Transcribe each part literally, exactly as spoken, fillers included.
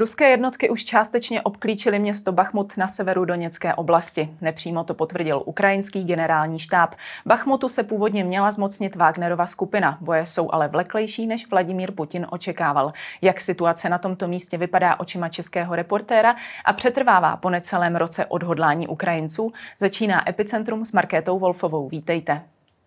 Ruské jednotky už částečně obklíčily město Bachmut na severu Doněcké oblasti. Nepřímo to potvrdil ukrajinský generální štáb. Bachmutu se původně měla zmocnit Wagnerova skupina. Boje jsou ale vleklejší, než Vladimír Putin očekával. Jak situace na tomto místě vypadá očima českého reportéra a přetrvává po necelém roce odhodlání Ukrajinců, začíná Epicentrum s Markétou Wolfovou. Vítejte.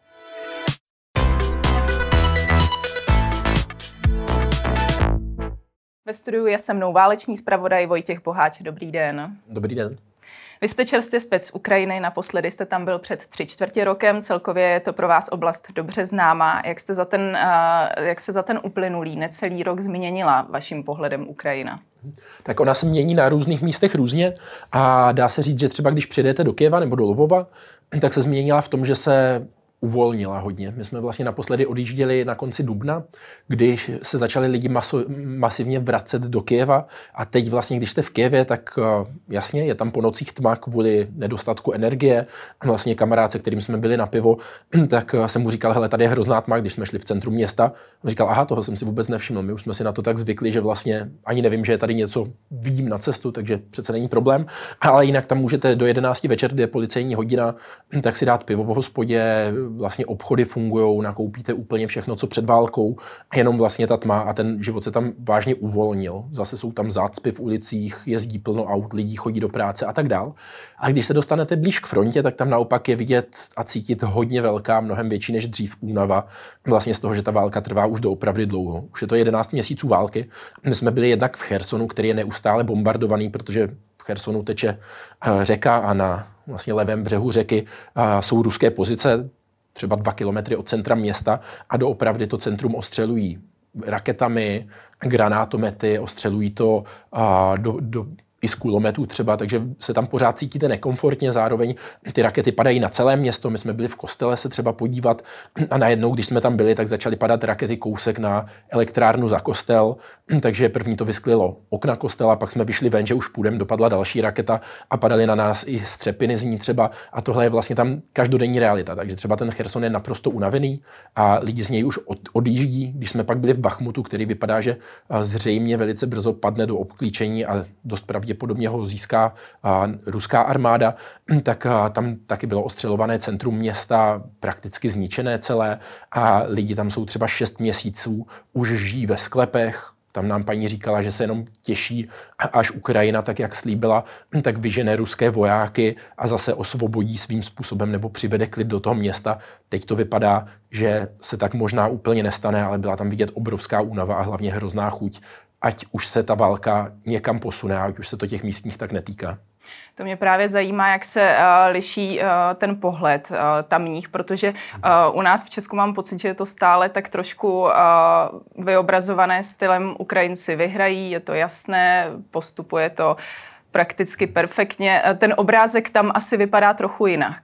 Ve studiu je se mnou válečný zpravodaj Vojtěch Boháč. Dobrý den. Dobrý den. Vy jste čerstvě zpět z Ukrajiny, naposledy jste tam byl před tři čtvrtě rokem, celkově je to pro vás oblast dobře známá. Jak, jste za ten, jak se za ten uplynulý necelý rok změnila vaším pohledem Ukrajina? Tak ona se mění na různých místech různě a dá se říct, že třeba když přijedete do Kyjeva nebo do Lvova, tak se změnila v tom, že se uvolnila hodně. My jsme vlastně naposledy odjížděli na konci dubna, když se začali lidi maso, masivně vracet do Kyjeva a teď vlastně, když jste v Kyjevě, tak jasně, je tam po nocích tma kvůli nedostatku energie. Vlastně kamarád, se kterým jsme byli na pivo, tak jsem mu říkal, hele, tady je hrozná tma, když jsme šli v centru města. On říkal, aha, toho jsem si vůbec nevšiml. My už jsme si na to tak zvykli, že vlastně ani nevím, že je tady něco, vidím na cestu, takže přece není problém. Ale jinak tam můžete do jedenácti večer, kdy je policejní hodina, tak si dát pivo v hospodě. Vlastně obchody fungujou, nakoupíte úplně všechno, co před válkou, jenom vlastně ta tma a ten život se tam vážně uvolnil. Zase jsou tam zácpy v ulicích, jezdí plno aut, lidí chodí do práce a tak dál. A když se dostanete blíž k frontě, tak tam naopak je vidět a cítit hodně velká, mnohem větší než dřív únava. Vlastně z toho, že ta válka trvá už doopravdy dlouho. Už je to jedenáct měsíců války. My jsme byli jednak v Chersonu, který je neustále bombardovaný, protože v Chersonu teče řeka a na vlastně levém břehu řeky jsou ruské pozice, třeba dva kilometry od centra města a doopravdy to centrum ostřelují raketami, granátomety, ostřelují to a, do, do, i z kulometů třeba, takže se tam pořád cítíte nekomfortně, zároveň ty rakety padají na celé město, my jsme byli v kostele se třeba podívat a najednou, když jsme tam byli, tak začaly padat rakety kousek na elektrárnu za kostel, takže první to vysklilo okna kostela, pak jsme vyšli ven, že už půjdem, dopadla další raketa a padaly na nás i střepiny z ní třeba a tohle je vlastně tam každodenní realita, takže třeba ten Cherson je naprosto unavený a lidi z něj už od, odjíždí, když jsme pak byli v Bachmutu, který vypadá, že zřejmě velice brzo padne do obklíčení a dost pravděpodobně ho získá a, ruská armáda, tak a, tam taky bylo ostřelované centrum města, prakticky zničené celé a lidi tam jsou třeba šest měsíců, už žijí ve sklepech. Tam nám paní říkala, že se jenom těší, až Ukrajina, tak jak slíbila, tak vyžene ruské vojáky a zase osvobodí svým způsobem nebo přivede klid do toho města. Teď to vypadá, že se tak možná úplně nestane, ale byla tam vidět obrovská únava a hlavně hrozná chuť, ať už se ta válka někam posune, ať už se to těch místních tak netýká. To mě právě zajímá, jak se uh, liší uh, ten pohled uh, tamních, protože uh, u nás v Česku mám pocit, že je to stále tak trošku uh, vyobrazované stylem Ukrajinci vyhrají, je to jasné, postupuje to prakticky perfektně. Ten obrázek tam asi vypadá trochu jinak.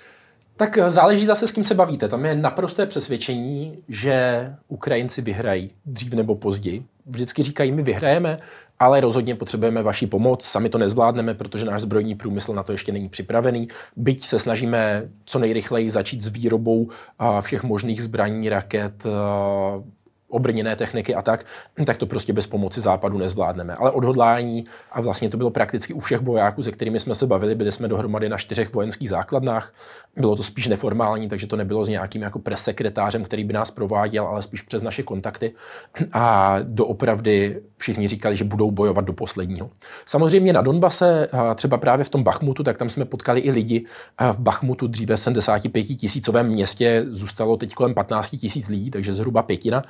Tak záleží zase, s kým se bavíte. Tam je naprosté přesvědčení, že Ukrajinci vyhrají dřív nebo později. Vždycky říkají, my vyhrajeme, ale rozhodně potřebujeme vaši pomoc, sami to nezvládneme, protože náš zbrojní průmysl na to ještě není připravený. Byť se snažíme co nejrychleji začít s výrobou všech možných zbraní, raket, obrněné techniky a tak, tak to prostě bez pomoci Západu nezvládneme. Ale odhodlání, a vlastně to bylo prakticky u všech vojáků, se kterými jsme se bavili, byli jsme dohromady na čtyřech vojenských základnách. Bylo to spíš neformální, takže to nebylo s nějakým jako pressekretářem, který by nás prováděl, ale spíš přes naše kontakty. A doopravdy všichni říkali, že budou bojovat do posledního. Samozřejmě na Donbase, třeba právě v tom Bachmutu, tak tam jsme potkali i lidi. V Bachmutu dříve sedmdesát pět tisícovém městě zůstalo teď kolem patnáct tisíc lidí, takže zhruba pětina.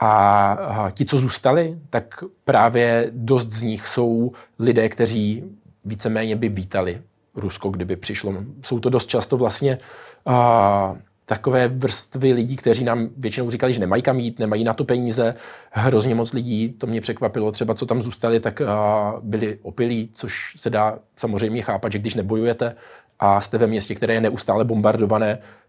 A ti, co zůstali, tak právě dost z nich jsou lidé, kteří víceméně by vítali Rusko, kdyby přišlo. Jsou to dost často vlastně a, takové vrstvy lidí, kteří nám většinou říkali, že nemají kam jít, nemají na to peníze. Hrozně moc lidí, to mě překvapilo, třeba co tam zůstali, tak a, byli opilí, což se dá samozřejmě chápat, že když nebojujete a jste ve městě, které je neustále bombardované,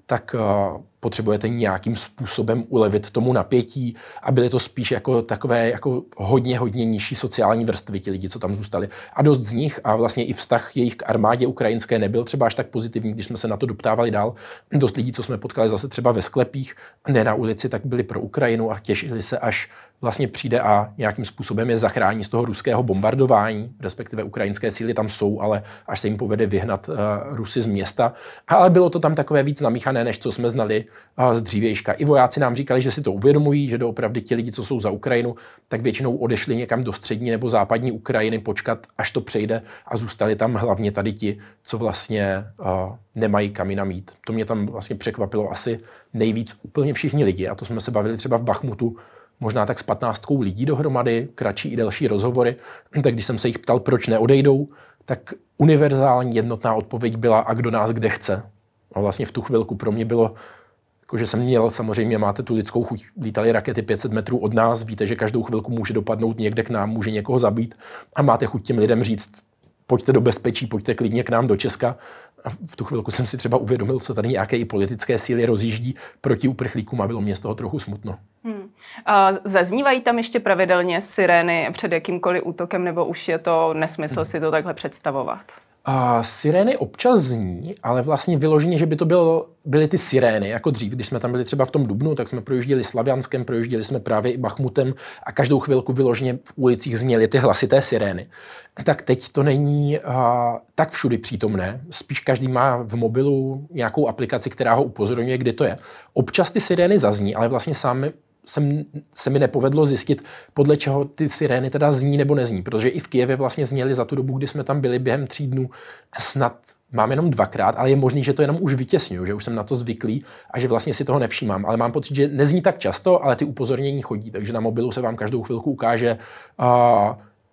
tak uh, potřebujete nějakým způsobem ulevit tomu napětí a byly to spíš jako takové jako hodně, hodně nižší sociální vrstvy ti lidi, co tam zůstali. A dost z nich a vlastně i vztah jejich k armádě ukrajinské nebyl třeba až tak pozitivní, když jsme se na to doptávali dál. Dost lidí, co jsme potkali zase třeba ve sklepích, ne na ulici, tak byli pro Ukrajinu a těšili se, až vlastně přijde a nějakým způsobem je zachrání z toho ruského bombardování, respektive ukrajinské síly tam jsou, ale až se jim povede vyhnat uh, Rusy z města. Ale bylo to tam takové víc namíchané, než co jsme znali uh, z dřívějška. I vojáci nám říkali, že si to uvědomují, že doopravdy ti lidi, co jsou za Ukrajinu, tak většinou odešli někam do střední nebo západní Ukrajiny počkat, až to přejde a zůstali tam hlavně tady ti, co vlastně uh, nemají kam jinam jít. To mě tam vlastně překvapilo asi nejvíc úplně všichni lidi a to jsme se bavili třeba v Bachmutu možná tak s patnáctkou lidí dohromady, kratší i delší rozhovory, tak když jsem se jich ptal, proč neodejdou, tak univerzální jednotná odpověď byla, a kdo nás kde chce. A vlastně v tu chvilku pro mě bylo, jako že jsem měl, samozřejmě máte tu lidskou chuť, lítaly rakety pět set metrů od nás, víte, že každou chvilku může dopadnout někde k nám, může někoho zabít a máte chuť těm lidem říct, pojďte do bezpečí, pojďte klidně k nám do Česka. A v tu chvilku jsem si třeba uvědomil, co tady nějaké i politické síly rozjíždí proti uprchlíkům a bylo mě z toho trochu smutno. Hmm. A zaznívají tam ještě pravidelně sirény před jakýmkoliv útokem, nebo už je to nesmysl hmm. si to takhle představovat? A sirény občas zní, ale vlastně vyloženě, že by to bylo, byly ty sirény, jako dřív. Když jsme tam byli třeba v tom Dubnu, tak jsme projížděli Slavianskem, projížděli jsme právě i Bachmutem a každou chvilku vyloženě v ulicích zněly ty hlasité sirény. Tak teď to není a, tak všudy přítomné. Spíš každý má v mobilu nějakou aplikaci, která ho upozorňuje, kdy to je. Občas ty sirény zazní, ale vlastně sami Jsem, se mi nepovedlo zjistit, podle čeho ty sirény teda zní nebo nezní, protože i v Kyjevě vlastně zněly za tu dobu, kdy jsme tam byli během tří dnů, snad mám jenom dvakrát, ale je možný, že to jenom už vytěsňuju, že už jsem na to zvyklý a že vlastně si toho nevšímám, ale mám pocit, že nezní tak často, ale ty upozornění chodí, takže na mobilu se vám každou chvilku ukáže uh,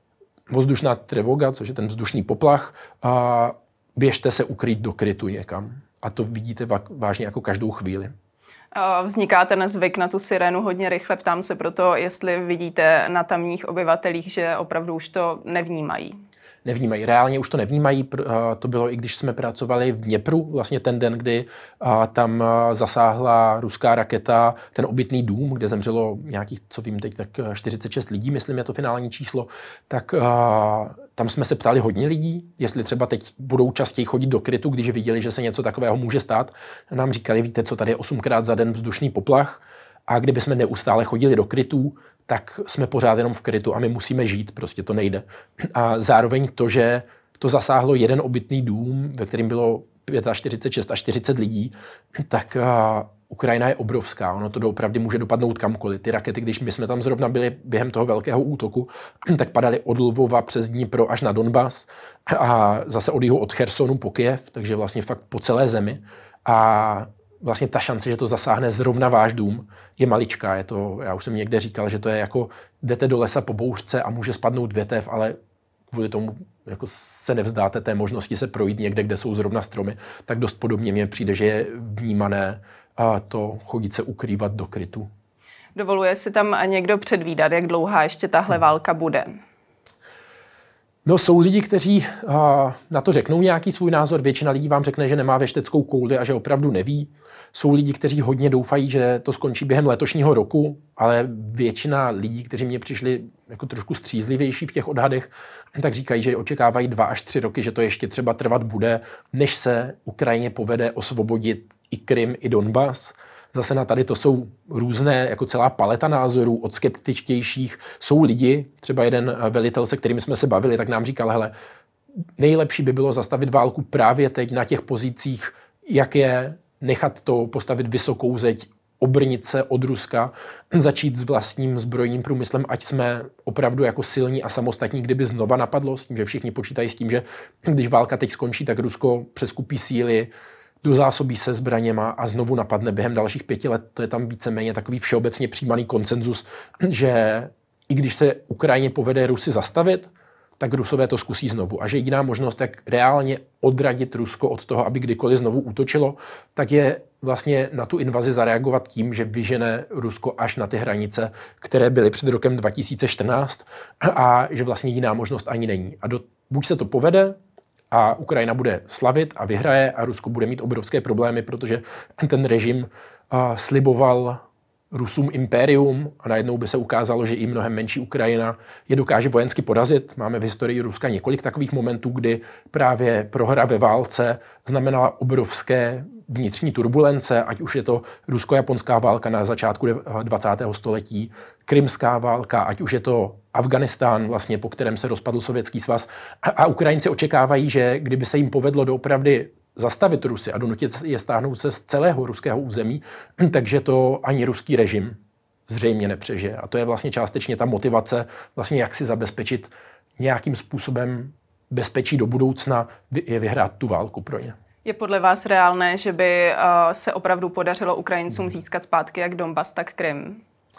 vzdušná trevoga, což je ten vzdušný poplach, uh, běžte se ukrýt do krytu někam a to vidíte vážně jako každou chvíli. Vzniká ten zvyk na tu sirénu hodně rychle. Ptám se proto, jestli vidíte na tamních obyvatelích, že opravdu už to nevnímají. Nevnímají. Reálně už to nevnímají. To bylo i když jsme pracovali v Dněpru, vlastně ten den, kdy tam zasáhla ruská raketa ten obytný dům, kde zemřelo nějakých, co vím teď, tak čtyřicet šest lidí, myslím, je to finální číslo, tak tam jsme se ptali hodně lidí, jestli třeba teď budou častěji chodit do krytu, když viděli, že se něco takového může stát. Nám říkali, víte, co tady je osmkrát za den vzdušný poplach a kdyby jsme neustále chodili do krytů, tak jsme pořád jenom v krytu a my musíme žít, prostě to nejde. A zároveň to, že to zasáhlo jeden obytný dům, ve kterém bylo čtyřicet šest až čtyřicet lidí, tak uh, Ukrajina je obrovská, ono to doopravdy může dopadnout kamkoliv. Ty rakety, když my jsme tam zrovna byli během toho velkého útoku, tak padaly od Lvova přes Dnipro až na Donbas a zase od jihu od Chersonu po Kyjev, takže vlastně fakt po celé zemi. A vlastně ta šance, že to zasáhne zrovna váš dům, je maličká. Je to, já už jsem někde říkal, že to je jako jdete do lesa po bouřce a může spadnout větev, ale kvůli tomu jako se nevzdáte té možnosti se projít někde, kde jsou zrovna stromy, tak dost podobně mně přijde, že je vnímané a to chodit se ukrývat do krytu. Dovoluje si tam někdo předvídat, jak dlouhá ještě tahle válka bude? No, jsou lidi, kteří uh, na to řeknou nějaký svůj názor. Většina lidí vám řekne, že nemá věšteckou kouli a že opravdu neví. Jsou lidi, kteří hodně doufají, že to skončí během letošního roku, ale většina lidí, kteří mě přišli jako trošku střízlivější v těch odhadech, tak říkají, že očekávají dva až tři roky, že to ještě třeba trvat bude, než se Ukrajině povede osvobodit i Krym, i Donbas. Zase na tady to jsou různé, jako celá paleta názorů, od skeptičtějších. Jsou lidi, třeba jeden velitel, se kterými jsme se bavili, tak nám říkal, hele, nejlepší by bylo zastavit válku právě teď na těch pozicích, jak je nechat to postavit vysokou zeď, obrnit se od Ruska, začít s vlastním zbrojním průmyslem, ať jsme opravdu jako silní a samostatní, kdyby znova napadlo, s tím, že všichni počítají s tím, že když válka teď skončí, tak Rusko přeskupí síly, dozásobí se zbraněma a znovu napadne během dalších pěti let. To je tam víceméně takový všeobecně přijímaný konsenzus, že i když se Ukrajině povede Rusy zastavit, tak Rusové to zkusí znovu. A že jediná možnost, jak reálně odradit Rusko od toho, aby kdykoliv znovu útočilo, tak je vlastně na tu invazi zareagovat tím, že vyžene Rusko až na ty hranice, které byly před rokem dva tisíce čtrnáct a že vlastně jiná možnost ani není. A do, buď se to povede, a Ukrajina bude slavit a vyhraje a Rusko bude mít obrovské problémy, protože ten režim uh, sliboval Rusům impérium a najednou by se ukázalo, že i mnohem menší Ukrajina je dokáže vojensky porazit. Máme v historii Ruska několik takových momentů, kdy právě prohra ve válce znamenala obrovské vnitřní turbulence, ať už je to rusko-japonská válka na začátku dvacátého století, krymská válka, ať už je to Afghánistán, vlastně, po kterém se rozpadl Sovětský svaz. A, a Ukrajinci očekávají, že kdyby se jim povedlo doopravdy zastavit Rusy a donutit je stáhnout se z celého ruského území, takže to ani ruský režim zřejmě nepřežije. A to je vlastně částečně ta motivace, vlastně jak si zabezpečit nějakým způsobem bezpečí do budoucna, je vyhrát tu válku pro ně. Je podle vás reálné, že by se opravdu podařilo Ukrajincům získat zpátky jak Donbas, tak Krym?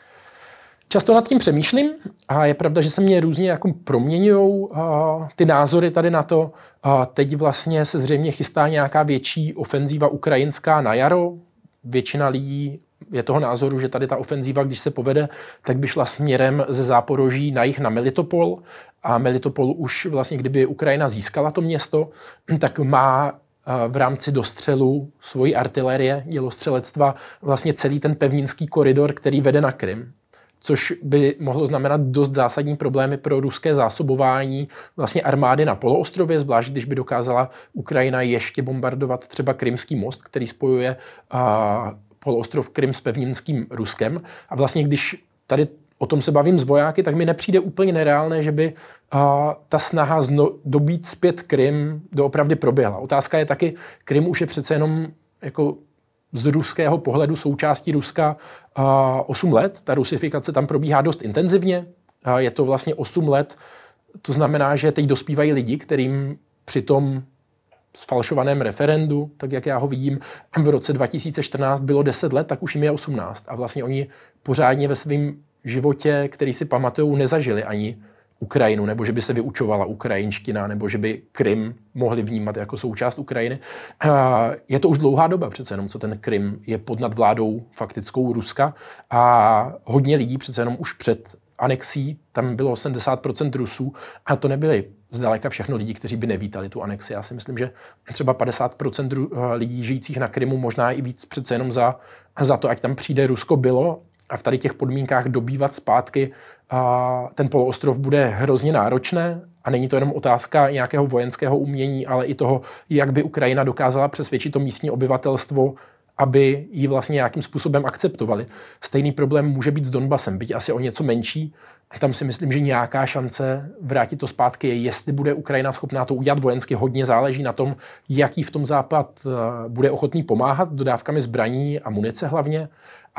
Často nad tím přemýšlím a je pravda, že se mě různě jako proměňují ty názory tady na to. A teď vlastně se zřejmě chystá nějaká větší ofenzíva ukrajinská na jaro. Většina lidí je toho názoru, že tady ta ofenzíva, když se povede, tak by šla směrem ze Záporoží na jih na Melitopol. A Melitopol už vlastně, kdyby Ukrajina získala to město, tak má v rámci dostřelu svojí artilerie, dělostřelectva, vlastně celý ten pevninský koridor, který vede na Krym. Což by mohlo znamenat dost zásadní problémy pro ruské zásobování vlastně armády na poloostrově, zvlášť když by dokázala Ukrajina ještě bombardovat třeba Krymský most, který spojuje a, poloostrov Krym s pevninským Ruskem. A vlastně když tady o tom se bavím s vojáky, tak mi nepřijde úplně nereálné, že by a, ta snaha zno, dobít zpět Krym doopravdy proběhla. Otázka je taky, Krym už je přece jenom jako z ruského pohledu součástí Ruska osm let. Ta rusifikace tam probíhá dost intenzivně. Je to vlastně osm let. To znamená, že teď dospívají lidi, kterým při tom sfalšovaném referendu, tak jak já ho vidím, v roce dva tisíce čtrnáct bylo deset let, tak už jim je osmnáct. A vlastně oni pořádně ve svém životě, který si pamatují, nezažili ani Ukrajinu, nebo že by se vyučovala ukrajinština, nebo že by Krym mohli vnímat jako součást Ukrajiny. Je to už dlouhá doba přece jenom, co ten Krym je pod nadvládou faktickou Ruska a hodně lidí přece jenom už před anexí, tam bylo sedmdesát procent Rusů a to nebyli zdaleka všechno lidi, kteří by nevítali tu anexi. Já si myslím, že třeba padesát procent lidí žijících na Krymu, možná i víc přece jenom za, za to, ať tam přijde Rusko, bylo. A v tady těch podmínkách dobývat zpátky a ten poloostrov bude hrozně náročné a není to jenom otázka nějakého vojenského umění, ale i toho, jak by Ukrajina dokázala přesvědčit to místní obyvatelstvo, aby ji vlastně nějakým způsobem akceptovali. Stejný problém může být s Donbasem, byť asi o něco menší. Tam si myslím, že nějaká šance vrátit to zpátky je, jestli bude Ukrajina schopná to udělat vojensky. Hodně záleží na tom, jaký v tom Západ bude ochotný pomáhat dodávkami zbraní a munice hlavně.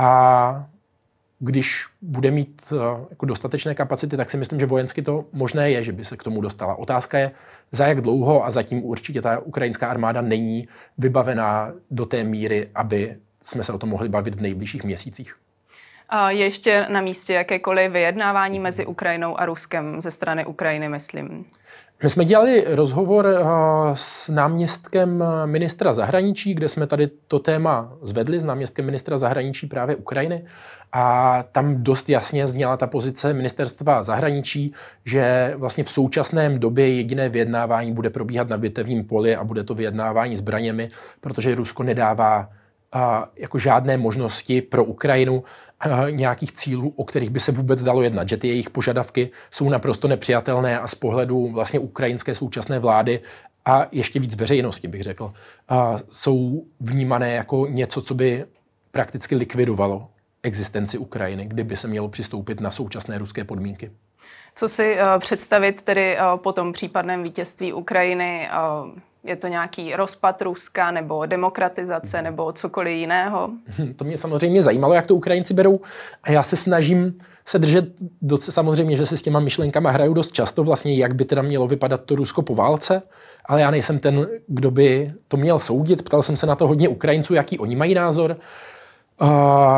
A když bude mít jako dostatečné kapacity, tak si myslím, že vojensky to možné je, že by se k tomu dostala. Otázka je, za jak dlouho, a zatím určitě ta ukrajinská armáda není vybavená do té míry, aby jsme se o tom mohli bavit v nejbližších měsících. A je ještě na místě jakékoliv vyjednávání mezi Ukrajinou a Ruskem ze strany Ukrajiny, myslím? My jsme dělali rozhovor s náměstkem ministra zahraničí, kde jsme tady to téma zvedli, s náměstkem ministra zahraničí právě Ukrajiny. A tam dost jasně zněla ta pozice ministerstva zahraničí, že vlastně v současném době jediné vyjednávání bude probíhat na bitevním poli a bude to vyjednávání zbraněmi, protože Rusko nedává a, jako žádné možnosti pro Ukrajinu a, nějakých cílů, o kterých by se vůbec dalo jednat, že ty jejich požadavky jsou naprosto nepřijatelné a z pohledu vlastně ukrajinské současné vlády a ještě víc veřejnosti, bych řekl, a, jsou vnímané jako něco, co by prakticky likvidovalo existenci Ukrajiny, kdyby se mělo přistoupit na současné ruské podmínky. Co si uh, představit tedy uh, po tom případném vítězství Ukrajiny? Uh, je to nějaký rozpad Ruska nebo demokratizace nebo cokoliv jiného? To mě samozřejmě zajímalo, jak to Ukrajinci berou. A já se snažím se držet, doc- samozřejmě, že si s těma myšlenkama hraju dost často, vlastně jak by teda mělo vypadat to Rusko po válce, ale já nejsem ten, kdo by to měl soudit. Ptal jsem se na to hodně Ukrajinců, jaký oni mají názor. Uh,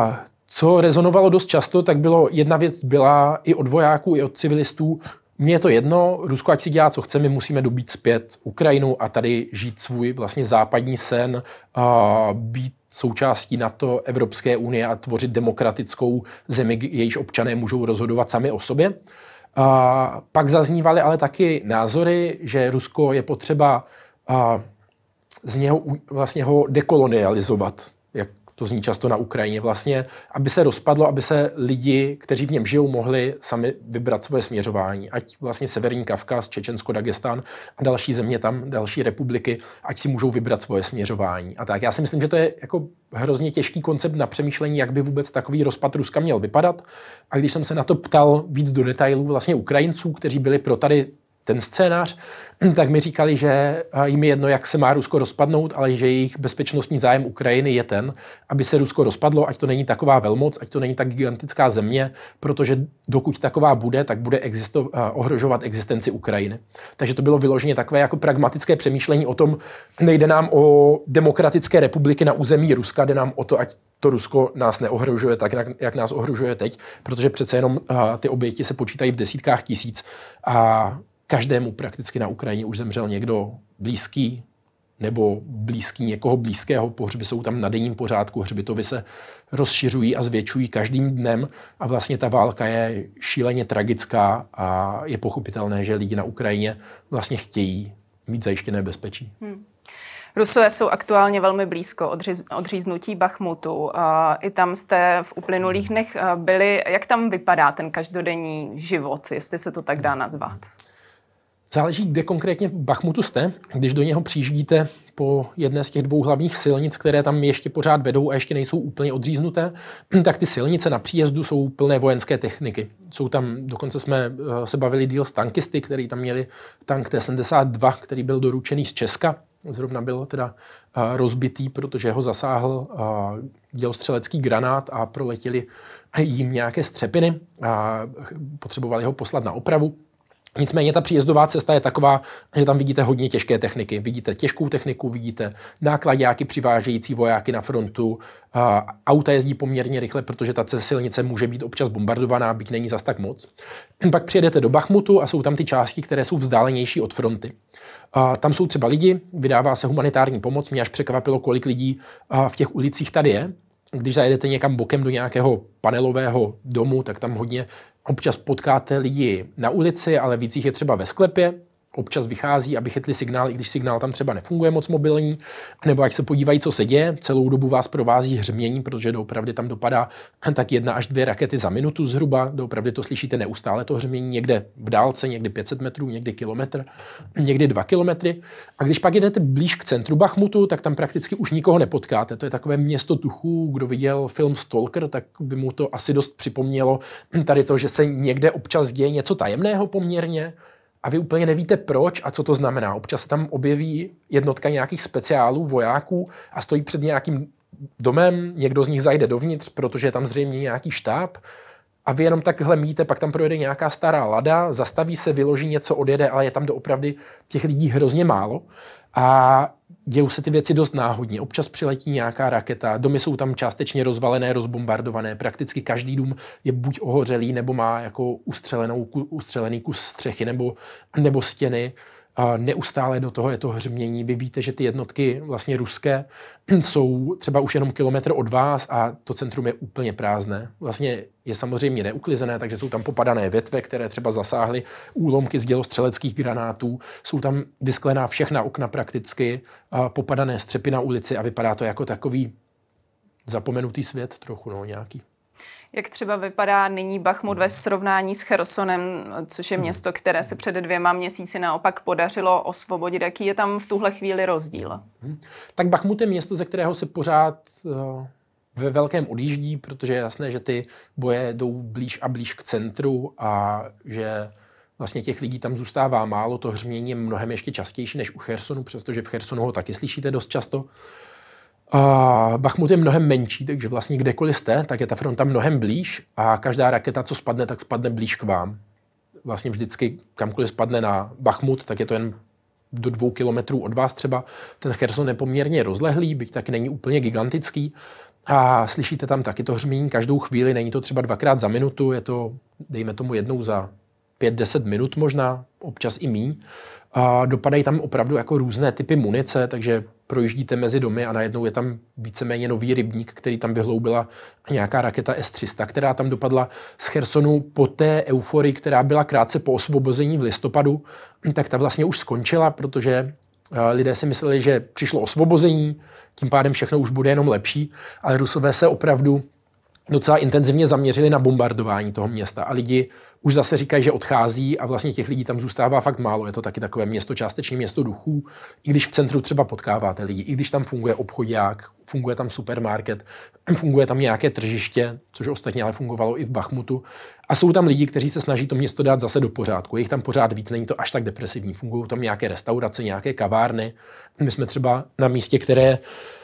Co rezonovalo dost často, tak bylo, jedna věc byla i od vojáků, i od civilistů. Mně je to jedno, Rusko ať si dělá, co chce, my musíme dobít zpět Ukrajinu a tady žít svůj vlastně západní sen, a být součástí NATO, Evropské unie a tvořit demokratickou zemi, jejíž občané můžou rozhodovat sami o sobě. A pak zaznívaly ale taky názory, že Rusko je potřeba a z něho vlastně ho dekolonializovat, jak to zní často na Ukrajině, vlastně, aby se rozpadlo, aby se lidi, kteří v něm žijou, mohli sami vybrat svoje směřování. Ať vlastně Severní Kavkaz, Čečensko, Dagestán a další země tam, další republiky, ať si můžou vybrat svoje směřování. A tak já si myslím, že to je jako hrozně těžký koncept na přemýšlení, jak by vůbec takový rozpad Ruska měl vypadat. A když jsem se na to ptal víc do detailů vlastně Ukrajinců, kteří byli pro tady ten scénář, tak mi říkali, že jim je jedno, jak se má Rusko rozpadnout, ale že jejich bezpečnostní zájem Ukrajiny je ten, aby se Rusko rozpadlo, ať to není taková velmoc, ať to není tak gigantická země, protože dokud taková bude, tak bude existo- ohrožovat existenci Ukrajiny. Takže to bylo vyloženě takové jako pragmatické přemýšlení o tom, nejde nám o demokratické republiky na území Ruska, jde nám o to, ať to Rusko nás neohrožuje tak, jak nás ohrožuje teď, protože přece jenom ty oběti se počítají v desítkách tisíc a každému prakticky na Ukrajině už zemřel někdo blízký nebo blízký někoho blízkého. Pohřby jsou tam na denním pořádku, hřbitovy se rozšiřují a zvětšují každým dnem a vlastně ta válka je šíleně tragická a je pochopitelné, že lidi na Ukrajině vlastně chtějí mít zajištěné bezpečí. Hmm. Rusové jsou aktuálně velmi blízko odříz, odříznutí Bachmutu. A i tam jste v uplynulých dnech byli. Jak tam vypadá ten každodenní život, jestli se to tak dá nazvat? Záleží, kde konkrétně v Bachmutu jste. Když do něho přijíždíte po jedné z těch dvou hlavních silnic, které tam ještě pořád vedou a ještě nejsou úplně odříznuté, tak ty silnice na příjezdu jsou plné vojenské techniky. Jsou tam, dokonce jsme se bavili díl s tankisty, který tam měli tank T sedmdesát dva, který byl doručený z Česka. Zrovna byl teda rozbitý, protože ho zasáhl dělostřelecký granát a proletěli jim nějaké střepiny a potřebovali ho poslat na opravu. Nicméně ta příjezdová cesta je taková, že tam vidíte hodně těžké techniky. Vidíte těžkou techniku, vidíte nákladáky přivážející vojáky na frontu. Auta jezdí poměrně rychle, protože ta silnice může být občas bombardovaná, byť není zas tak moc. Pak přijedete do Bachmutu a jsou tam ty části, které jsou vzdálenější od fronty. Tam jsou třeba lidi, vydává se humanitární pomoc. Mě až překvapilo, kolik lidí v těch ulicích tady je. Když zajedete někam bokem do nějakého panelového domu, tak tam hodně občas potkáte lidi na ulici, ale víc jich je třeba ve sklepě. Občas vychází, aby chytli signál, i když signál tam třeba nefunguje moc mobilní, nebo ať se podívají, co se děje. Celou dobu vás provází hřmění, protože doopravdy tam dopadá tak jedna až dvě rakety za minutu zhruba. Doopravdy to slyšíte neustále, to hřmění, někde v dálce, někdy pět set metrů, někdy kilometr, někdy dva kilometry. A když pak jdete blíž k centru Bachmutu, tak tam prakticky už nikoho nepotkáte. To je takové město tuchů. Kdo viděl film Stalker, tak by mu to asi dost připomnělo tady to, že se někde občas děje něco tajemného poměrně. A vy úplně nevíte proč a co to znamená. Občas se tam objeví jednotka nějakých speciálů, vojáků a stojí před nějakým domem, někdo z nich zajde dovnitř, protože je tam zřejmě nějaký štáb a vy jenom takhle míte, pak tam projede nějaká stará lada, zastaví se, vyloží něco, odjede, ale je tam doopravdy těch lidí hrozně málo a dějou se ty věci dost náhodně. Občas přiletí nějaká raketa, domy jsou tam částečně rozvalené, rozbombardované, prakticky každý dům je buď ohořelý, nebo má jako ustřelenou, ustřelený kus střechy nebo, nebo stěny. A neustále do toho je to hřmění. Vy víte, že ty jednotky vlastně ruské jsou třeba už jenom kilometr od vás a to centrum je úplně prázdné. Vlastně je samozřejmě neuklizené, takže jsou tam popadané větve, které třeba zasáhly úlomky z dělostřeleckých granátů. Jsou tam vysklená všechna okna prakticky, popadané střepy na ulici a vypadá to jako takový zapomenutý svět trochu, no, nějaký. Jak třeba vypadá nyní Bachmut ve srovnání s Chersonem, což je město, které se před dvěma měsíci naopak podařilo osvobodit. Jaký je tam v tuhle chvíli rozdíl? Hmm. Tak Bachmut je město, ze kterého se pořád uh, ve velkém odjíždí, protože je jasné, že ty boje jdou blíž a blíž k centru a že vlastně těch lidí tam zůstává málo. To hřmění je mnohem ještě častější než u Chersonu, přestože v Chersonu ho taky slyšíte dost často. Uh, Bachmut je mnohem menší, takže vlastně kdekoliv jste, tak je ta fronta mnohem blíž a každá raketa, co spadne, tak spadne blíž k vám. Vlastně vždycky kamkoliv spadne na Bachmut, tak je to jen do dvou kilometrů od vás třeba. Ten Cherson je poměrně rozlehlý, byť taky není úplně gigantický a slyšíte tam taky to hřmění každou chvíli, není to třeba dvakrát za minutu, je to, dejme tomu, jednou za pět deset minut možná, občas i míň. A dopadají tam opravdu jako různé typy munice, takže projíždíte mezi domy a najednou je tam víceméně nový rybník, který tam vyhloubila nějaká raketa S tři sta, která tam dopadla z Chersonu po té euforii, která byla krátce po osvobození v listopadu, tak ta vlastně už skončila, protože Lidé si mysleli, že přišlo osvobození, tím pádem všechno už bude jenom lepší, ale Rusové se opravdu docela intenzivně zaměřili na bombardování toho města a lidi už zase říkají, že odchází a vlastně těch lidí tam zůstává fakt málo. Je to taky takové město, částečně město duchů, i když v centru třeba potkáváte lidi, i když tam funguje obchodák, funguje tam supermarket, funguje tam nějaké tržiště, což ostatně ale fungovalo i v Bachmutu. A jsou tam lidi, kteří se snaží to město dát zase do pořádku. Je jich tam pořád víc, není to až tak depresivní. Fungují tam nějaké restaurace, nějaké kavárny. My jsme třeba na místě, které je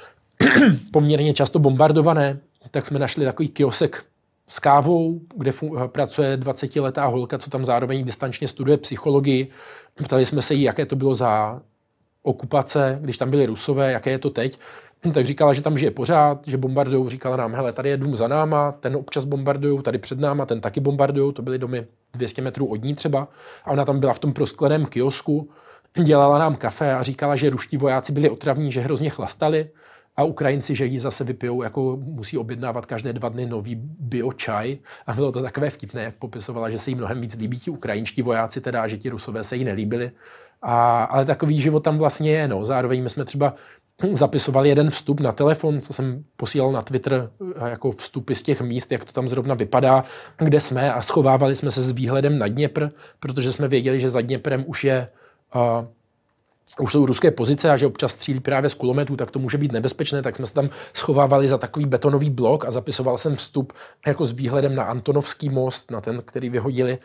poměrně často bombardované, tak jsme našli takový kiosek s kávou, kde fun- pracuje dvacetiletá holka, co tam zároveň distančně studuje psychologii. Ptali jsme se jí, jaké to bylo za okupace, když tam byli Rusové, jaké je to teď. Tak říkala, že tam žije pořád, že bombardujou. Říkala nám, hele, tady je dům za náma, ten občas bombardujou, tady před náma, ten taky bombardujou. To byly domy dvě stě metrů od ní třeba. A ona tam byla v tom proskleném kiosku, dělala nám kafe a říkala, že ruští vojáci byli otravní, že hrozně chlastali. A Ukrajinci, že ji zase vypijou, jako musí objednávat každé dva dny nový biočaj. A bylo to takové vtipné, jak popisovala, že se jí mnohem víc líbí ti ukrajinští vojáci, teda, a že ti Rusové se jí nelíbili. A, ale takový život tam vlastně je. No. Zároveň my jsme třeba zapisovali jeden vstup na telefon, co jsem posílal na Twitter, jako vstupy z těch míst, jak to tam zrovna vypadá, kde jsme, a schovávali jsme se s výhledem na Dněpr, protože jsme věděli, že za Dněprem už je... Uh, už jsou ruské pozice a že občas střílí právě z kulometů, tak to může být nebezpečné, tak jsme se tam schovávali za takový betonový blok a zapisoval jsem vstup jako s výhledem na Antonovský most, na ten, který vyhodili,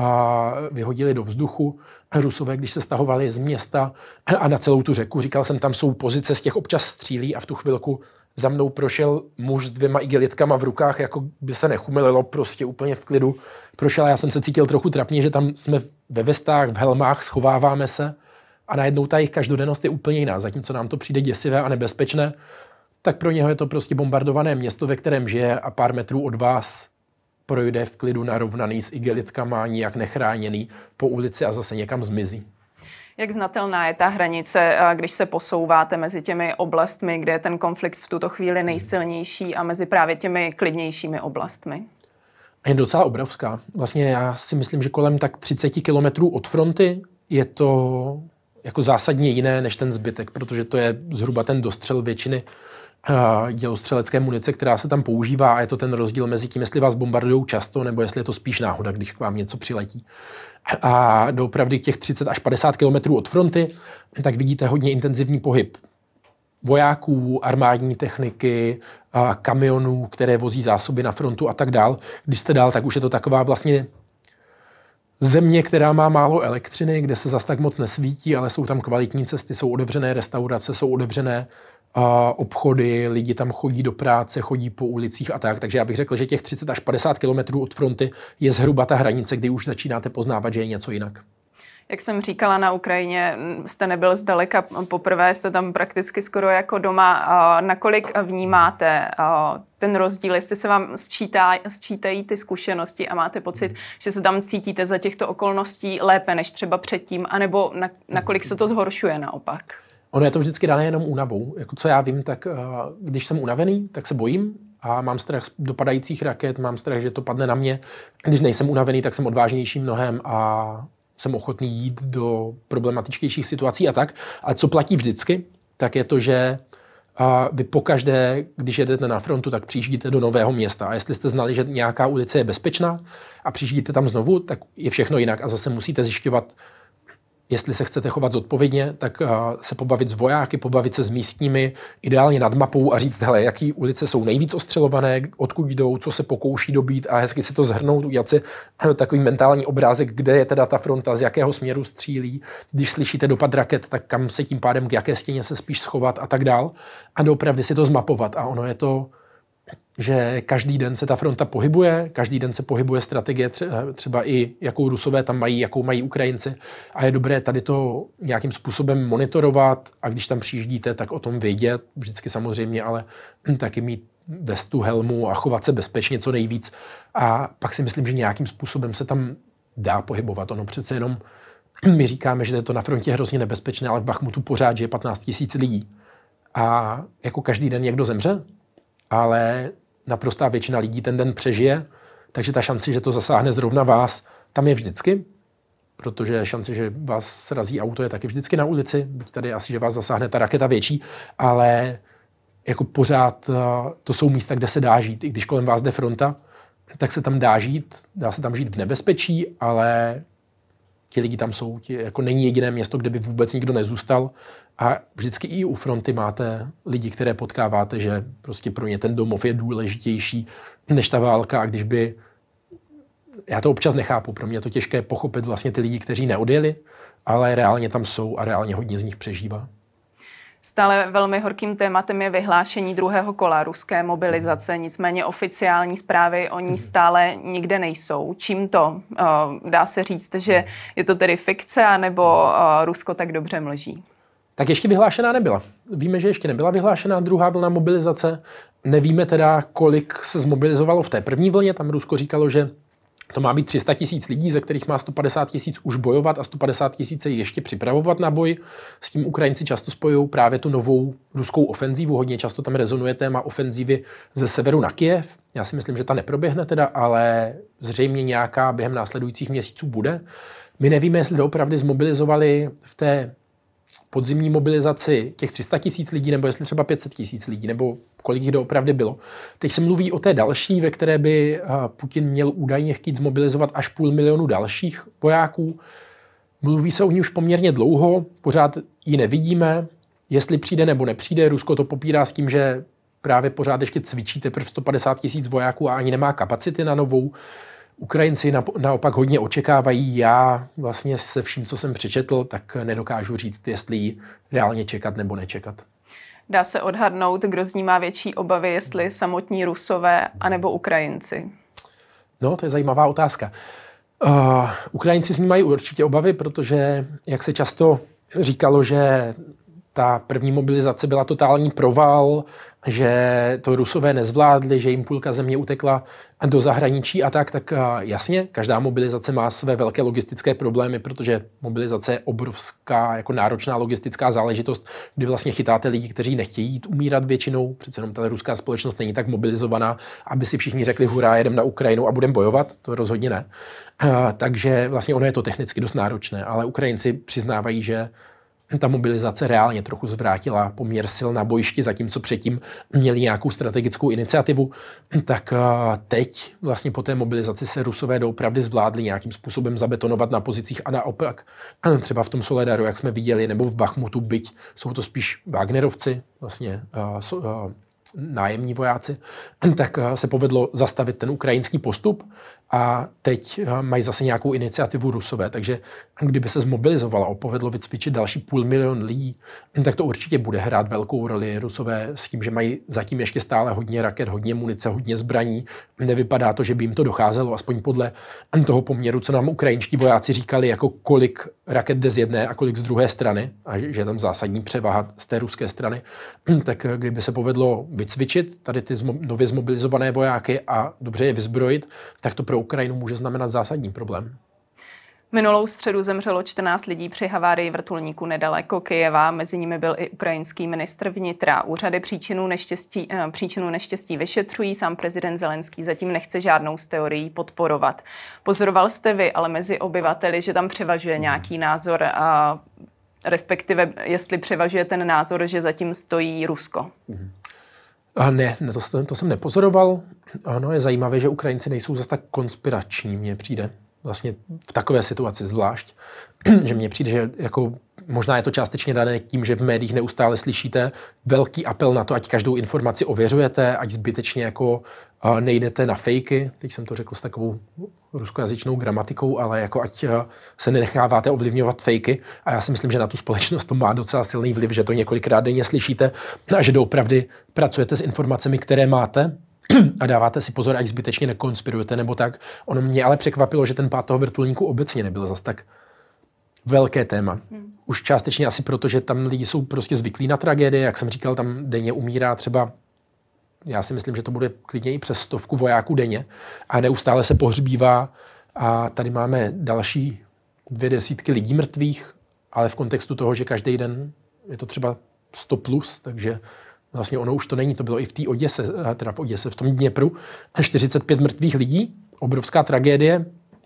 a vyhodili do vzduchu Rusové, když se stahovali z města a na celou tu řeku. Říkal jsem, tam jsou pozice, z těch občas střílí, a v tu chvilku za mnou prošel muž s dvěma igelitkama v rukách, jako by se nechumililo, prostě úplně v klidu. Prošel a já jsem se cítil trochu trapně, že tam jsme ve vestách, v helmách, schováváme se. A najednou ta jejich každodennost je úplně jiná. Zatímco nám to přijde děsivé a nebezpečné, tak pro něho je to prostě bombardované město, ve kterém žije, a pár metrů od vás projde v klidu narovnaný s igelitkama, nijak nechráněný po ulici a zase někam zmizí. Jak znatelná je ta hranice, když se posouváte mezi těmi oblastmi, kde je ten konflikt v tuto chvíli nejsilnější, a mezi právě těmi klidnějšími oblastmi? Je docela obrovská. Vlastně já si myslím, že kolem tak třicet kilometrů od fronty je to jako zásadně jiné než ten zbytek, protože to je zhruba ten dostřel většiny uh, dělostřelecké munice, která se tam používá, a je to ten rozdíl mezi tím, jestli vás bombardujou často, nebo jestli je to spíš náhoda, když k vám něco přiletí. A doopravdy těch třicet až padesát kilometrů od fronty, tak vidíte hodně intenzivní pohyb vojáků, armádní techniky, uh, kamionů, které vozí zásoby na frontu a tak dál. Když jste dál, tak už je to taková vlastně země, která má málo elektřiny, kde se zas tak moc nesvítí, ale jsou tam kvalitní cesty, jsou otevřené restaurace, jsou otevřené uh, obchody, lidi tam chodí do práce, chodí po ulicích a tak. Takže já bych řekl, že těch třicet až padesát kilometrů od fronty je zhruba ta hranice, kdy už začínáte poznávat, že je něco jinak. Jak jsem říkala, na Ukrajině jste nebyl zdaleka poprvé, jste tam prakticky skoro jako doma. Nakolik vnímáte ten rozdíl, jestli se vám sčítá, sčítají ty zkušenosti a máte pocit, že se tam cítíte za těchto okolností lépe než třeba předtím, anebo na, nakolik se to zhoršuje naopak? Ono je to vždycky dané jenom únavou. Jako co já vím, tak když jsem unavený, tak se bojím a mám strach z dopadajících raket, mám strach, že to padne na mě. Když nejsem unavený, tak jsem odvážnější mnohem a jsem ochotný jít do problematičtějších situací a tak. Ale co platí vždycky, tak je to, že a vy pokaždé, když jedete na frontu, tak přijíždíte do nového města. A jestli jste znali, že nějaká ulice je bezpečná a přijíždíte tam znovu, tak je všechno jinak. A zase musíte zjišťovat, jestli se chcete chovat zodpovědně, tak se pobavit s vojáky, pobavit se s místními, ideálně nad mapou, a říct, hele, jaký ulice jsou nejvíc ostřelované, odkud jdou, co se pokouší dobít, a hezky si to zhrnout, udělat si takový mentální obrázek, kde je teda ta fronta, z jakého směru střílí, když slyšíte dopad raket, tak kam se tím pádem, k jaké stěně se spíš schovat a tak dál. A doopravdy si to zmapovat. A ono je to, že každý den se ta fronta pohybuje, každý den se pohybuje strategie, třeba i jakou Rusové tam mají, jakou mají Ukrajinci, a je dobré tady to nějakým způsobem monitorovat, a když tam přijíždíte, tak o tom vědět, vždycky samozřejmě, ale taky mít vestu, helmu a chovat se bezpečně co nejvíc. A pak si myslím, že nějakým způsobem se tam dá pohybovat. Ono přece jenom, my říkáme, že je to na frontě hrozně nebezpečné, ale v Bachmutu pořád je patnáct tisíc lidí. A jako každý den někdo zemře, ale naprostá většina lidí ten den přežije, takže ta šance, že to zasáhne zrovna vás, tam je vždycky. protože šance, že vás srazí auto, je taky vždycky na ulici, byť tady asi, že vás zasáhne ta raketa větší, ale jako pořád to jsou místa, kde se dá žít. I když kolem vás jde fronta, tak se tam dá žít, dá se tam žít v nebezpečí, ale ti lidi tam jsou, ti, jako není jediné město, kde by vůbec nikdo nezůstal a vždycky i u fronty máte lidi, které potkáváte, že prostě pro ně ten domov je důležitější než ta válka a když by, já to občas nechápu, pro mě je to těžké pochopit vlastně ty lidi, kteří neodjeli, ale reálně tam jsou a reálně hodně z nich přežívá. Stále velmi horkým tématem je vyhlášení druhého kola ruské mobilizace, nicméně oficiální zprávy o ní stále nikde nejsou. Čím to? Dá se říct, že je to tedy fikce, anebo Rusko tak dobře mlží? Tak ještě vyhlášená nebyla. Víme, že ještě nebyla vyhlášená druhá vlna mobilizace. Nevíme teda, kolik se zmobilizovalo v té první vlně. Tam Rusko říkalo, že to má být tři sta tisíc lidí, ze kterých má sto padesát tisíc už bojovat a sto padesát tisíc se ještě připravovat na boj. S tím Ukrajinci často spojují právě tu novou ruskou ofenzívu. Hodně často tam rezonuje téma ofenzívy ze severu na Kyjev. Já si myslím, že ta neproběhne teda, ale zřejmě nějaká během následujících měsíců bude. My nevíme, jestli doopravdy zmobilizovali v té podzimní mobilizaci těch tři sta tisíc lidí, nebo jestli třeba pět set tisíc lidí, nebo kolik jich doopravdy bylo. Teď se mluví o té další, ve které by Putin měl údajně chtít zmobilizovat až půl milionu dalších vojáků. Mluví se o ní už poměrně dlouho, pořád ji nevidíme. Jestli přijde nebo nepřijde, Rusko to popírá s tím, že právě pořád ještě cvičí teprve sto padesát tisíc vojáků a ani nemá kapacity na novou. Ukrajinci naopak hodně očekávají. Já vlastně se vším, co jsem přečetl, tak nedokážu říct, jestli ji reálně čekat nebo nečekat. Dá se odhadnout, kdo z ní má větší obavy, jestli samotní Rusové anebo Ukrajinci? No, to je zajímavá otázka. Uh, Ukrajinci z ní mají určitě obavy, protože, jak se často říkalo, že ta první mobilizace byla totální proval, že to Rusové nezvládli, že jim půlka země utekla do zahraničí a tak, tak jasně, každá mobilizace má své velké logistické problémy, protože mobilizace je obrovská, jako náročná logistická záležitost, kdy vlastně chytáte lidi, kteří nechtějí jít umírat většinou, přece jenom ta ruská společnost není tak mobilizovaná, aby si všichni řekli hurá, jedem na Ukrajinu a budeme bojovat, to rozhodně ne. Takže vlastně ono je to technicky dost náročné, ale Ukrajinci přiznávají, že ta mobilizace reálně trochu zvrátila poměr sil na bojišti, zatímco předtím měli nějakou strategickou iniciativu, tak teď vlastně po té mobilizaci se Rusové doopravdy zvládli nějakým způsobem zabetonovat na pozicích a naopak třeba v tom Soledaru, jak jsme viděli, nebo v Bachmutu, byť jsou to spíš Wagnerovci, vlastně uh, uh, nájemní vojáci, tak se povedlo zastavit ten ukrajinský postup a teď mají zase nějakou iniciativu Rusové. Takže kdyby se zmobilizovalo a povedlo vycvičit další půl milion lidí, tak to určitě bude hrát velkou roli. Rusové s tím, že mají zatím ještě stále hodně raket, hodně munice, hodně zbraní. Nevypadá to, že by jim to docházelo, aspoň podle toho poměru, co nám ukrajinští vojáci říkali, jako kolik raket jde z jedné a kolik z druhé strany, a že je tam zásadní převaha z té ruské strany. Tak kdyby se povedlo vycvičit tady ty nově zmobilizované vojáky a dobře je vyzbrojit, tak to pro Ukrajinu může znamenat zásadní problém. Minulou středu zemřelo čtrnáct lidí při havárii vrtulníku nedaleko Kyjeva. Mezi nimi byl i ukrajinský ministr vnitra. Úřady příčinu neštěstí, příčinu neštěstí vyšetřují. Sám prezident Zelenský zatím nechce žádnou z teorií podporovat. Pozoroval jste vy, ale mezi obyvateli, že tam převažuje nějaký názor, a respektive jestli převažuje ten názor, že zatím stojí Rusko? A ne, to, to jsem nepozoroval. Ano, je zajímavé, že Ukrajinci nejsou zase tak konspirační, mně přijde. Vlastně v takové situaci zvlášť, že mně přijde, že jako možná je to částečně dané tím, že v médiích neustále slyšíte velký apel na to, ať každou informaci ověřujete, ať zbytečně jako uh, nejdete na fejky. Teď jsem to řekl s takovou ruskojazyčnou gramatikou, ale jako ať uh, se nenecháváte ovlivňovat fejky. A já si myslím, že na tu společnost to má docela silný vliv, že to několikrát denně slyšíte a že doopravdy pracujete s informacemi, které máte, a dáváte si pozor, ať zbytečně nekonspirujete nebo tak. Ono mě ale překvapilo, že ten pád toho vrtulníku obecně nebyl zas tak velké téma. Hmm. Už částečně asi proto, že tam lidi jsou prostě zvyklí na tragédie, jak jsem říkal, tam denně umírá třeba, já si myslím, že to bude klidně i přes stovku vojáků denně a neustále se pohřbívá a tady máme další dvě desítky lidí mrtvých, ale v kontextu toho, že každý den je to třeba sto plus, takže vlastně ono už to není, to bylo i v té Oděse, teda v Oděse, v tom Dněpru, čtyřicet pět mrtvých lidí, obrovská tragédie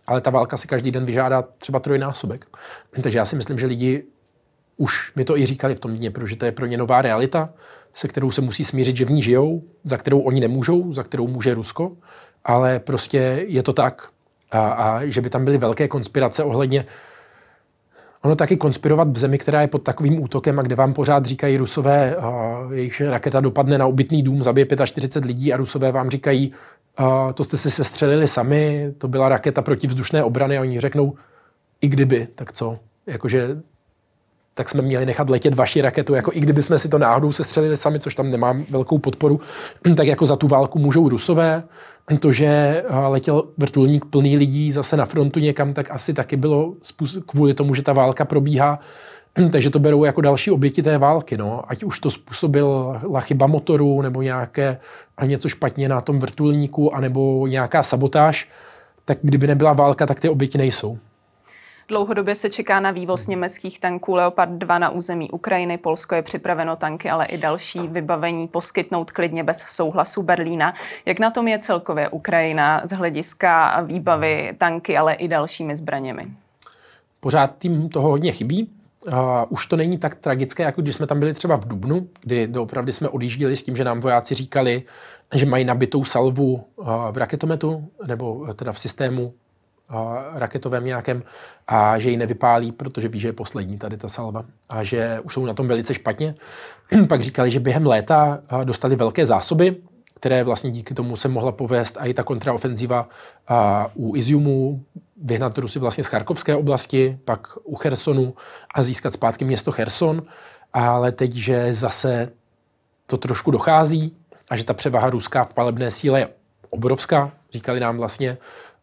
ale ta válka si každý den vyžádá třeba trojnásobek. Takže já si myslím, že lidi už mi to i říkali v tom Dněpru, že to je pro ně nová realita, se kterou se musí smířit, že v ní žijou, za kterou oni nemůžou, za kterou může Rusko, ale prostě je to tak. A, a že by tam byly velké konspirace ohledně ono taky konspirovat v zemi, která je pod takovým útokem a kde vám pořád říkají Rusové, jejich raketa dopadne na obytný dům, zabije čtyřicet pět lidí a Rusové vám říkají, a to jste si sestřelili sami, to byla raketa protivzdušné obrany a oni řeknou, i kdyby, tak co? Jakože, tak jsme měli nechat letět vaši raketu, jako i kdyby jsme si to náhodou sestřelili sami, což tam nemám velkou podporu, tak jako za tu válku můžou Rusové. To, že letěl vrtulník plný lidí zase na frontu někam, tak asi taky bylo kvůli tomu, že ta válka probíhá. Takže to berou jako další oběti té války. No. Ať už to způsobila chyba motoru, nebo nějaké a něco špatně na tom vrtulníku, anebo nějaká sabotáž, tak kdyby nebyla válka, tak ty oběti nejsou. Dlouhodobě se čeká na vývoz německých tanků Leopard dva na území Ukrajiny. Polsko je připraveno tanky, ale i další vybavení poskytnout klidně bez souhlasu Berlína. Jak na tom je celkově Ukrajina z hlediska výbavy tanky, ale i dalšími zbraněmi? Pořád tím toho hodně chybí. Uh, už to není tak tragické, jako když jsme tam byli třeba v dubnu, kdy doopravdy jsme odjížděli s tím, že nám vojáci říkali, že mají nabitou salvu uh, v raketometu, nebo teda v systému raketovém nějakém a že ji nevypálí, protože ví, že je poslední tady ta salva a že už jsou na tom velice špatně. Pak říkali, že během léta dostali velké zásoby, které vlastně díky tomu se mohla povést a i ta kontraofenziva u Iziumu, vyhnat Rusy vlastně z Charkovské oblasti, pak u Chersonu a získat zpátky město Cherson, ale teď, že zase to trošku dochází a že ta převaha ruská v palebné síle je obrovská. Říkali nám vlastně,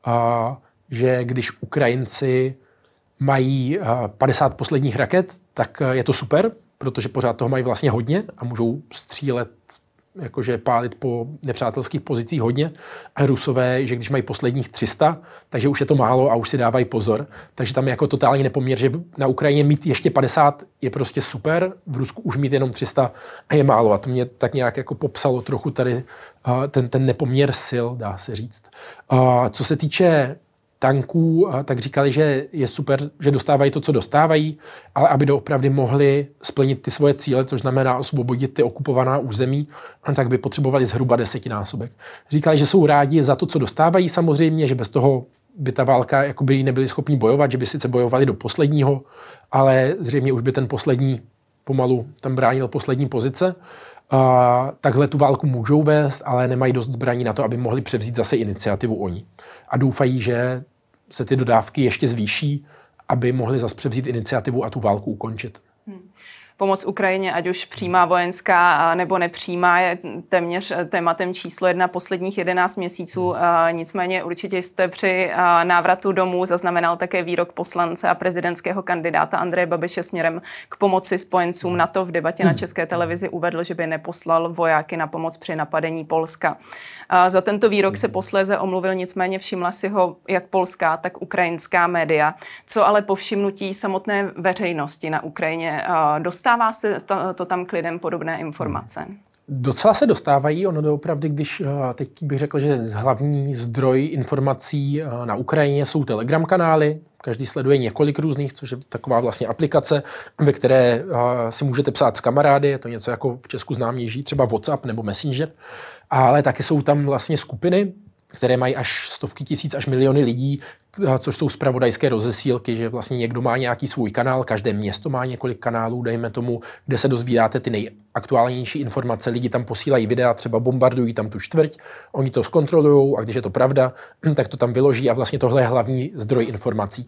že když Ukrajinci mají padesát posledních raket, tak je to super, protože pořád toho mají vlastně hodně a můžou střílet, jakože pálit po nepřátelských pozicích hodně. A Rusové, že když mají posledních tři sta, takže už je to málo a už si dávají pozor. Takže tam je jako totální nepoměr, že na Ukrajině mít ještě padesát je prostě super, v Rusku už mít jenom tři sta a je málo. A to mě tak nějak jako popsalo trochu tady ten, ten nepoměr sil, dá se říct. Co se týče tanků, tak říkali, že je super, že dostávají to, co dostávají, ale aby doopravdy mohli splnit ty svoje cíle, což znamená osvobodit ty okupovaná území, tak by potřebovali zhruba desetinásobek. Říkali, že jsou rádi za to, co dostávají samozřejmě, že bez toho by ta válka jakoby nebyli schopni bojovat, že by sice bojovali do posledního, ale zřejmě už by ten poslední pomalu tam bránil poslední pozice. Uh, takhle tu válku můžou vést, ale nemají dost zbraní na to, aby mohli převzít zase iniciativu oni. A doufají, že se ty dodávky ještě zvýší, aby mohli zase převzít iniciativu a tu válku ukončit. Hmm. Pomoc Ukrajině, ať už přímá vojenská nebo nepřímá, je téměř tématem číslo jedna posledních jedenáct měsíců. Nicméně určitě jste při návratu domů zaznamenal také výrok poslance a prezidentského kandidáta Andreje Babiše směrem k pomoci spojencům NATO. V debatě na České televizi uvedl, že by neposlal vojáky na pomoc při napadení Polska. Za tento výrok se posléze omluvil, nicméně všimla si ho jak polská, tak ukrajinská média. Co ale povšimnutí samotné veřejnosti na Ukrajině dostává se to, to tam k lidem podobné informace? Docela se dostávají, ono doopravdy, když teď bych řekl, že hlavní zdroj informací na Ukrajině jsou Telegram kanály, každý sleduje několik různých, což je taková vlastně aplikace, ve které si můžete psát s kamarády, je to něco jako v Česku známější, třeba WhatsApp nebo Messenger, ale taky jsou tam vlastně skupiny, které mají až stovky tisíc, až miliony lidí, což jsou zpravodajské rozesílky, že vlastně někdo má nějaký svůj kanál, každé město má několik kanálů, dejme tomu, kde se dozvídáte ty nejaktuálnější informace, lidi tam posílají videa, třeba bombardují tam tu čtvrť, oni to zkontrolují a když je to pravda, tak to tam vyloží a vlastně tohle je hlavní zdroj informací.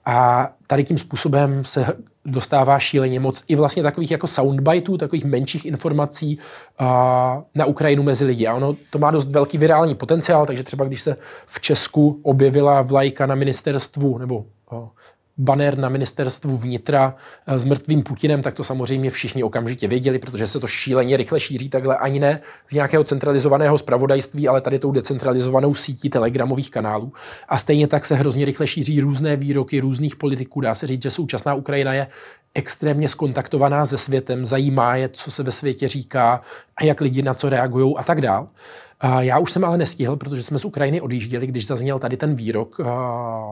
A tady tím způsobem se dostává šíleně moc i vlastně takových jako soundbiteů, takových menších informací uh, na Ukrajinu mezi lidi. A ono to má dost velký virální potenciál, takže třeba když se v Česku objevila vlajka na ministerstvu nebo uh, banner na ministerstvu vnitra s mrtvým Putinem, tak to samozřejmě všichni okamžitě věděli, protože se to šíleně rychle šíří takhle ani ne z nějakého centralizovaného zpravodajství, ale tady tou decentralizovanou sítí telegramových kanálů. A stejně tak se hrozně rychle šíří různé výroky různých politiků. Dá se říct, že současná Ukrajina je extrémně skontaktovaná se světem, zajímá je, co se ve světě říká a jak lidi na co reagují a tak dál. Já už jsem ale nestihl, protože jsme z Ukrajiny odjížděli, když zazněl tady ten výrok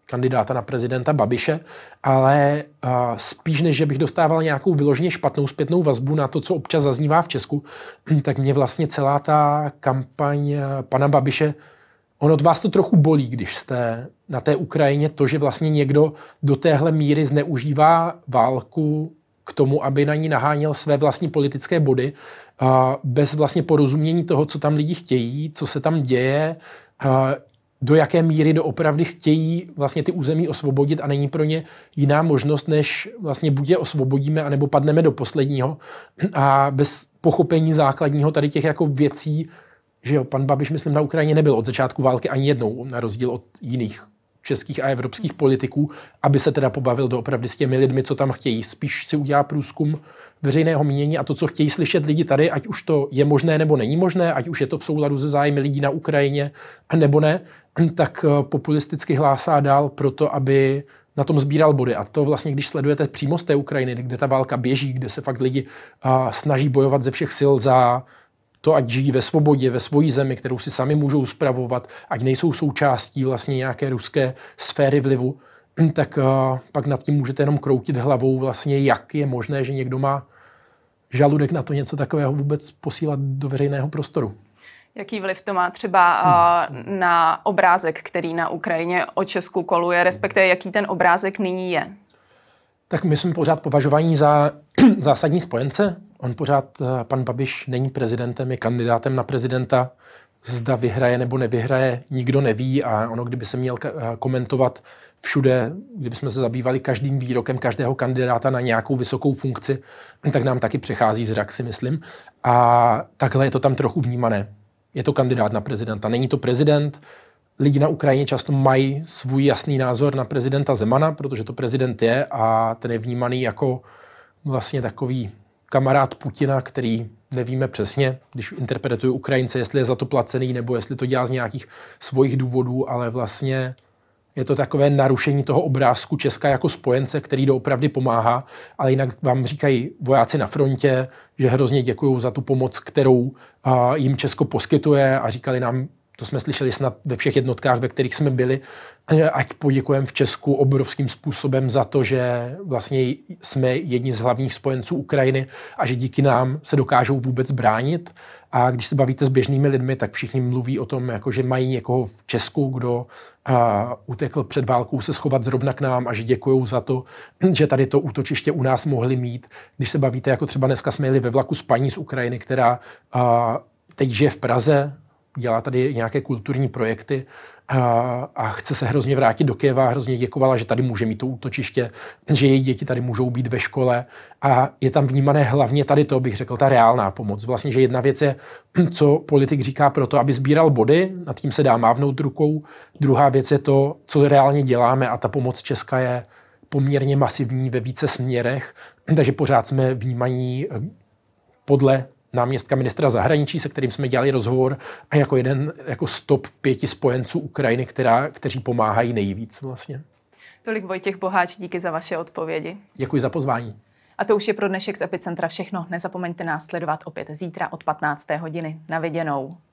kandidáta na prezidenta Babiše, ale uh, spíš než, že bych dostával nějakou vyloženě špatnou zpětnou vazbu na to, co občas zaznívá v Česku, tak mě vlastně celá ta kampaň pana Babiše, on od vás to trochu bolí, když jste na té Ukrajině, to, že vlastně někdo do téhle míry zneužívá válku k tomu, aby na ní naháněl své vlastní politické body, uh, bez vlastně porozumění toho, co tam lidi chtějí, co se tam děje, uh, do jaké míry doopravdy chtějí vlastně ty území osvobodit a není pro ně jiná možnost, než vlastně buď je osvobodíme, anebo padneme do posledního. A bez pochopení základního tady těch jako věcí, že jo, pan Babiš, myslím, na Ukrajině nebyl od začátku války ani jednou, na rozdíl od jiných českých a evropských politiků, aby se teda pobavil doopravdy s těmi lidmi, co tam chtějí. Spíš si udělá průzkum veřejného mínění a to, co chtějí slyšet lidi tady, ať už to je možné nebo není možné, ať už je to v souladu se zájmy lidí na Ukrajině nebo ne, tak populisticky hlásá dál proto, aby na tom sbíral body. A to vlastně, když sledujete přímo z té Ukrajiny, kde ta válka běží, kde se fakt lidi a, snaží bojovat ze všech sil za to, ať žijí ve svobodě, ve svojí zemi, kterou si sami můžou spravovat, ať nejsou součástí vlastně nějaké ruské sféry vlivu, tak uh, pak nad tím můžete jenom kroutit hlavou vlastně, jak je možné, že někdo má žaludek na to něco takového vůbec posílat do veřejného prostoru. Jaký vliv to má třeba uh, na obrázek, který na Ukrajině o Česku koluje, respektive jaký ten obrázek nyní je? Tak my jsme pořád považováni za zásadní spojence. On pořád, pan Babiš, není prezidentem, je kandidátem na prezidenta. Zda vyhraje nebo nevyhraje, nikdo neví a ono, kdyby se měl komentovat všude, kdyby jsme se zabývali každým výrokem každého kandidáta na nějakou vysokou funkci, tak nám taky přechází zrak, si myslím. A takhle je to tam trochu vnímané. Je to kandidát na prezidenta, není to prezident. Lidi na Ukrajině často mají svůj jasný názor na prezidenta Zemana, protože to prezident je a ten je vnímaný jako vlastně takový kamarád Putina, který nevíme přesně, když interpretuje Ukrajince, jestli je za to placený nebo jestli to dělá z nějakých svojich důvodů, ale vlastně je to takové narušení toho obrázku Česka jako spojence, který doopravdy pomáhá, ale jinak vám říkají vojáci na frontě, že hrozně děkují za tu pomoc, kterou jim Česko poskytuje a říkali nám, to jsme slyšeli snad ve všech jednotkách, ve kterých jsme byli, ať poděkujeme v Česku obrovským způsobem za to, že vlastně jsme jedni z hlavních spojenců Ukrajiny a že díky nám se dokážou vůbec bránit. A když se bavíte s běžnými lidmi, tak všichni mluví o tom, jako že mají někoho v Česku, kdo a, utekl před válkou se schovat zrovna k nám a že děkujou za to, že tady to útočiště u nás mohli mít. Když se bavíte, jako třeba dneska jsme jeli ve vlaku s paní z Ukrajiny, která a, teď žije v Praze, dělá tady nějaké kulturní projekty a, a chce se hrozně vrátit do Kyjeva, hrozně děkovala, že tady může mít to útočiště, že její děti tady můžou být ve škole a je tam vnímané hlavně tady to, bych řekl, ta reálná pomoc. Vlastně, že jedna věc je, co politik říká pro to, aby sbíral body, nad tím se dá mávnout rukou, druhá věc je to, co reálně děláme a ta pomoc Česka je poměrně masivní ve více směrech, takže pořád jsme vnímaní podle náměstka ministra zahraničí, se kterým jsme dělali rozhovor, a jako jeden jako z top pěti spojenců Ukrajiny, která, kteří pomáhají nejvíc vlastně. Tolik Vojtěch Boháč, díky za vaše odpovědi. Děkuji za pozvání. A to už je pro dnešek z Epicentra všechno. Nezapomeňte nás sledovat opět zítra od patnácté hodiny. Na viděnou.